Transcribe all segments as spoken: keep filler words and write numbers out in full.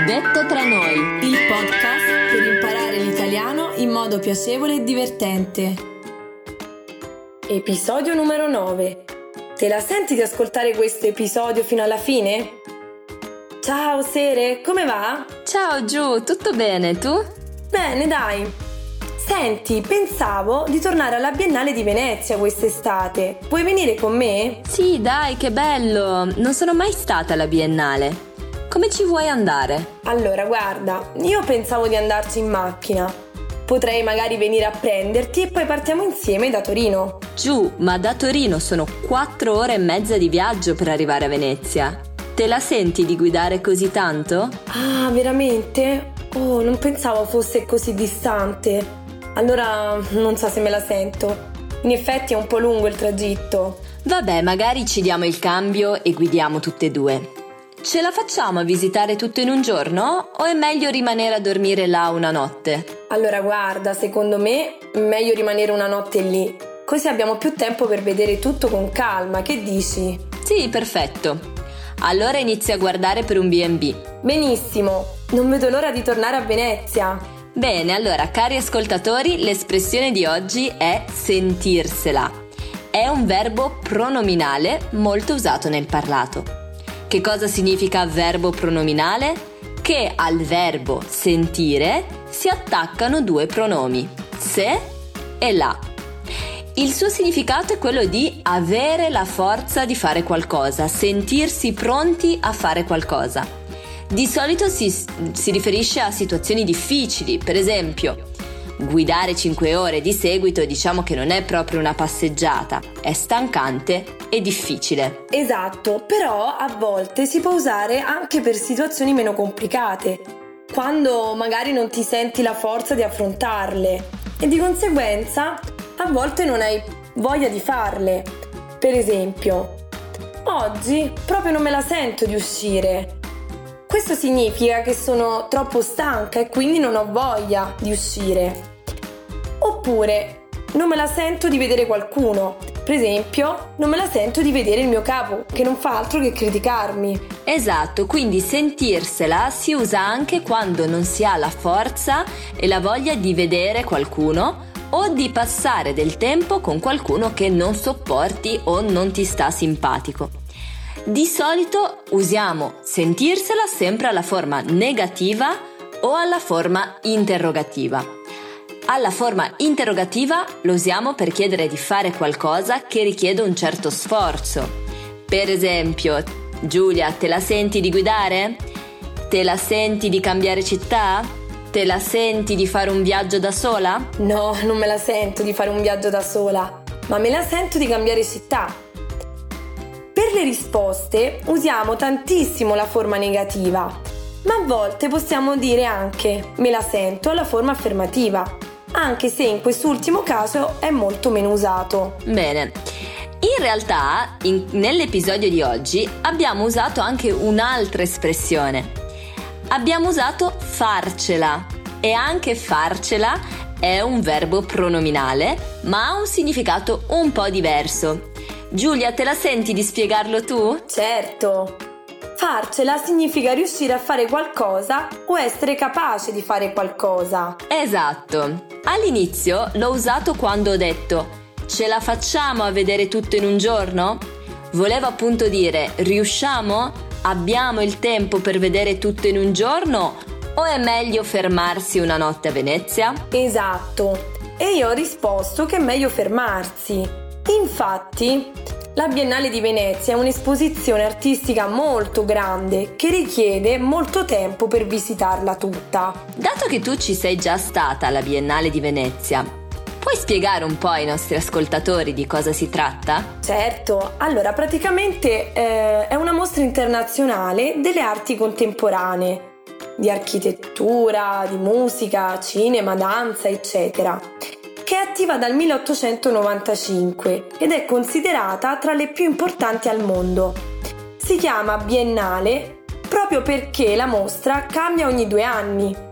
Detto tra noi, il podcast per imparare l'italiano in modo piacevole e divertente. Episodio numero nove. Te la senti di ascoltare questo episodio fino alla fine? Ciao Sere, come va? Ciao Giù, tutto bene, tu? Bene, dai. Senti, pensavo di tornare alla Biennale di Venezia quest'estate. Vuoi venire con me? Sì, dai, che bello! Non sono mai stata alla Biennale. Come ci vuoi andare? Allora, guarda, io pensavo di andarci in macchina. Potrei magari venire a prenderti e poi partiamo insieme da Torino. Giù, ma da Torino sono quattro ore e mezza di viaggio per arrivare a Venezia. Te la senti di guidare così tanto? Ah, veramente? Oh, non pensavo fosse così distante. Allora, non so se me la sento. In effetti è un po' lungo il tragitto. Vabbè, magari ci diamo il cambio e guidiamo tutte e due. Ce la facciamo a visitare tutto in un giorno o è meglio rimanere a dormire là una notte? Allora guarda, secondo me è meglio rimanere una notte lì, così abbiamo più tempo per vedere tutto con calma, che dici? Sì, perfetto. Allora inizia a guardare per un bi e bi. Benissimo, non vedo l'ora di tornare a Venezia. Bene, allora cari ascoltatori, l'espressione di oggi è sentirsela. È un verbo pronominale molto usato nel parlato. Che cosa significa verbo pronominale? Che al verbo sentire si attaccano due pronomi, se e la. Il suo significato è quello di avere la forza di fare qualcosa, sentirsi pronti a fare qualcosa. Di solito si, si riferisce a situazioni difficili, per esempio guidare cinque ore di seguito diciamo che non è proprio una passeggiata, è stancante e difficile. Esatto, però a volte si può usare anche per situazioni meno complicate, quando magari non ti senti la forza di affrontarle e di conseguenza a volte non hai voglia di farle. Per esempio, oggi proprio non me la sento di uscire. Questo significa che sono troppo stanca e quindi non ho voglia di uscire. Oppure non me la sento di vedere qualcuno. Per esempio, non me la sento di vedere il mio capo, che non fa altro che criticarmi. Esatto, quindi sentirsela si usa anche quando non si ha la forza e la voglia di vedere qualcuno o di passare del tempo con qualcuno che non sopporti o non ti sta simpatico. Di solito usiamo sentirsela sempre alla forma negativa o alla forma interrogativa. Alla forma interrogativa lo usiamo per chiedere di fare qualcosa che richiede un certo sforzo. Per esempio, Giulia, te la senti di guidare? Te la senti di cambiare città? Te la senti di fare un viaggio da sola? No, non me la sento di fare un viaggio da sola, ma me la sento di cambiare città. Per le risposte usiamo tantissimo la forma negativa, ma a volte possiamo dire anche me la sento alla forma affermativa, anche se in quest'ultimo caso è molto meno usato. Bene, in realtà in, nell'episodio di oggi abbiamo usato anche un'altra espressione. Abbiamo usato farcela e anche farcela è un verbo pronominale, ma ha un significato un po' diverso. Giulia, te la senti di spiegarlo tu? Certo! Farcela significa riuscire a fare qualcosa o essere capace di fare qualcosa. Esatto! All'inizio l'ho usato quando ho detto ce la facciamo a vedere tutto in un giorno? Volevo appunto dire riusciamo? Abbiamo il tempo per vedere tutto in un giorno? O è meglio fermarsi una notte a Venezia? Esatto! E io ho risposto che è meglio fermarsi. Infatti, la Biennale di Venezia è un'esposizione artistica molto grande che richiede molto tempo per visitarla tutta. Dato che tu ci sei già stata alla Biennale di Venezia, puoi spiegare un po' ai nostri ascoltatori di cosa si tratta? Certo, allora praticamente eh, è una mostra internazionale delle arti contemporanee, di architettura, di musica, cinema, danza, eccetera, che è attiva dal milleottocentonovantacinque ed è considerata tra le più importanti al mondo. Si chiama Biennale proprio perché la mostra cambia ogni due anni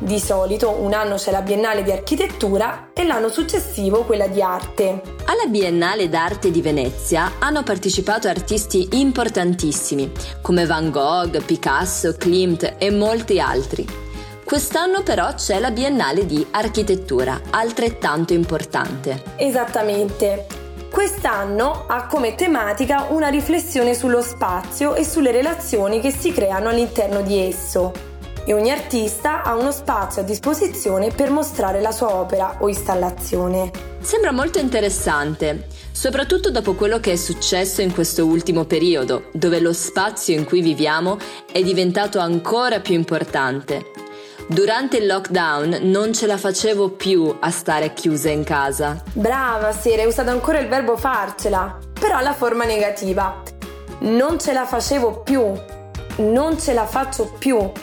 Di solito un anno c'è la Biennale di Architettura e l'anno successivo quella di Arte. Alla Biennale d'Arte di Venezia hanno partecipato artisti importantissimi come Van Gogh, Picasso, Klimt e molti altri. Quest'anno però c'è la Biennale di Architettura, altrettanto importante. Esattamente. Quest'anno ha come tematica una riflessione sullo spazio e sulle relazioni che si creano all'interno di esso. E ogni artista ha uno spazio a disposizione per mostrare la sua opera o installazione. Sembra molto interessante, soprattutto dopo quello che è successo in questo ultimo periodo, dove lo spazio in cui viviamo è diventato ancora più importante. Durante il lockdown non ce la facevo più a stare chiusa in casa. Brava Sera, hai usato ancora il verbo farcela, però la forma negativa. Non ce la facevo più, non ce la faccio più.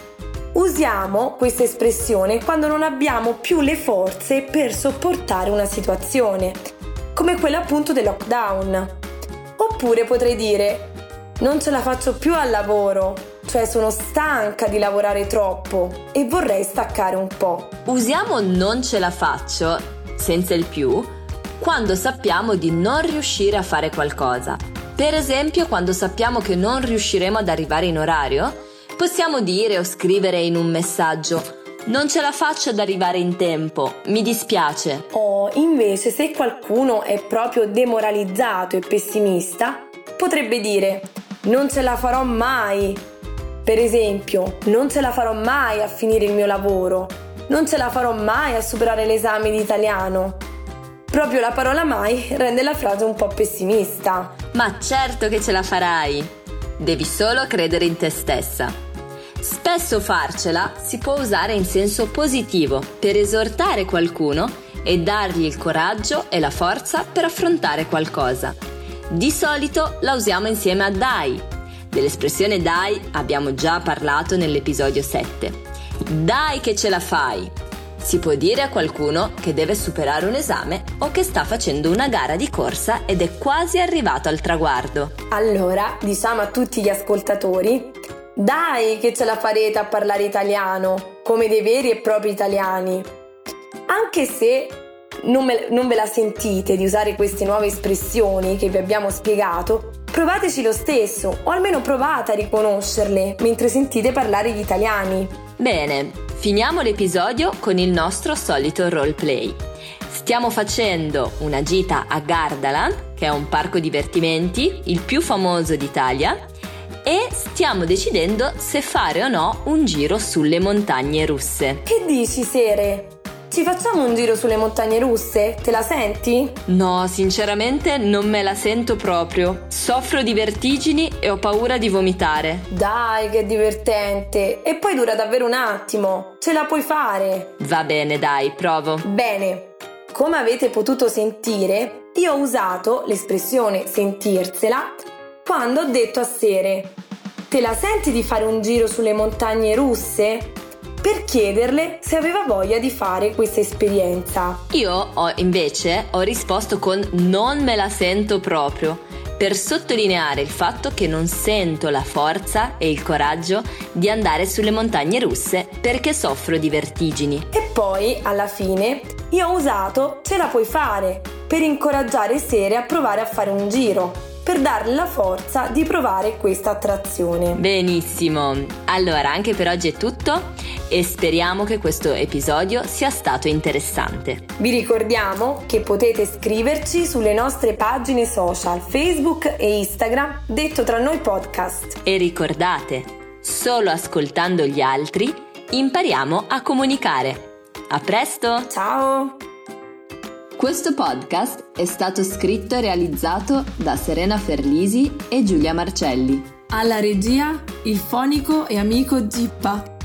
Usiamo questa espressione quando non abbiamo più le forze per sopportare una situazione, come quella appunto del lockdown. Oppure potrei dire: non ce la faccio più al lavoro, cioè sono stanca di lavorare troppo e vorrei staccare un po'. Usiamo non ce la faccio, senza il più, quando sappiamo di non riuscire a fare qualcosa. Per esempio, quando sappiamo che non riusciremo ad arrivare in orario, possiamo dire o scrivere in un messaggio: non ce la faccio ad arrivare in tempo, mi dispiace. O invece, se qualcuno è proprio demoralizzato e pessimista, potrebbe dire: non ce la farò mai. Per esempio, non ce la farò mai a finire il mio lavoro, non ce la farò mai a superare l'esame di italiano. Proprio la parola mai rende la frase un po' pessimista. Ma certo che ce la farai! Devi solo credere in te stessa. Spesso farcela si può usare in senso positivo per esortare qualcuno e dargli il coraggio e la forza per affrontare qualcosa. Di solito la usiamo insieme a dai. Dell'espressione dai abbiamo già parlato nell'episodio sette. Dai che ce la fai! Si può dire a qualcuno che deve superare un esame o che sta facendo una gara di corsa ed è quasi arrivato al traguardo. Allora, diciamo a tutti gli ascoltatori: dai che ce la farete a parlare italiano, come dei veri e propri italiani. Anche se non, me, non ve la sentite di usare queste nuove espressioni che vi abbiamo spiegato, provateci lo stesso, o almeno provate a riconoscerle mentre sentite parlare gli italiani. Bene, finiamo l'episodio con il nostro solito roleplay. Stiamo facendo una gita a Gardaland, che è un parco divertimenti, il più famoso d'Italia, e stiamo decidendo se fare o no un giro sulle montagne russe. Che dici, Sere? Ci facciamo un giro sulle montagne russe? Te la senti? No, sinceramente non me la sento proprio. Soffro di vertigini e ho paura di vomitare. Dai, che divertente! E poi dura davvero un attimo. Ce la puoi fare? Va bene, dai, provo. Bene. Come avete potuto sentire, io ho usato l'espressione sentirsela quando ho detto a Sere: te la senti di fare un giro sulle montagne russe? Per chiederle se aveva voglia di fare questa esperienza. Io ho invece ho risposto con non me la sento proprio, per sottolineare il fatto che non sento la forza e il coraggio di andare sulle montagne russe perché soffro di vertigini. E poi, alla fine, io ho usato ce la puoi fare per incoraggiare Sere a provare a fare un giro, per darle la forza di provare questa attrazione. Benissimo, allora anche per oggi è tutto e speriamo che questo episodio sia stato interessante. Vi ricordiamo che potete scriverci sulle nostre pagine social Facebook e Instagram, Detto Tra Noi Podcast. E ricordate, solo ascoltando gli altri impariamo a comunicare. A presto! Ciao! Questo podcast è stato scritto e realizzato da Serena Ferlisi e Giulia Marcelli. Alla regia, il fonico e amico Gippa.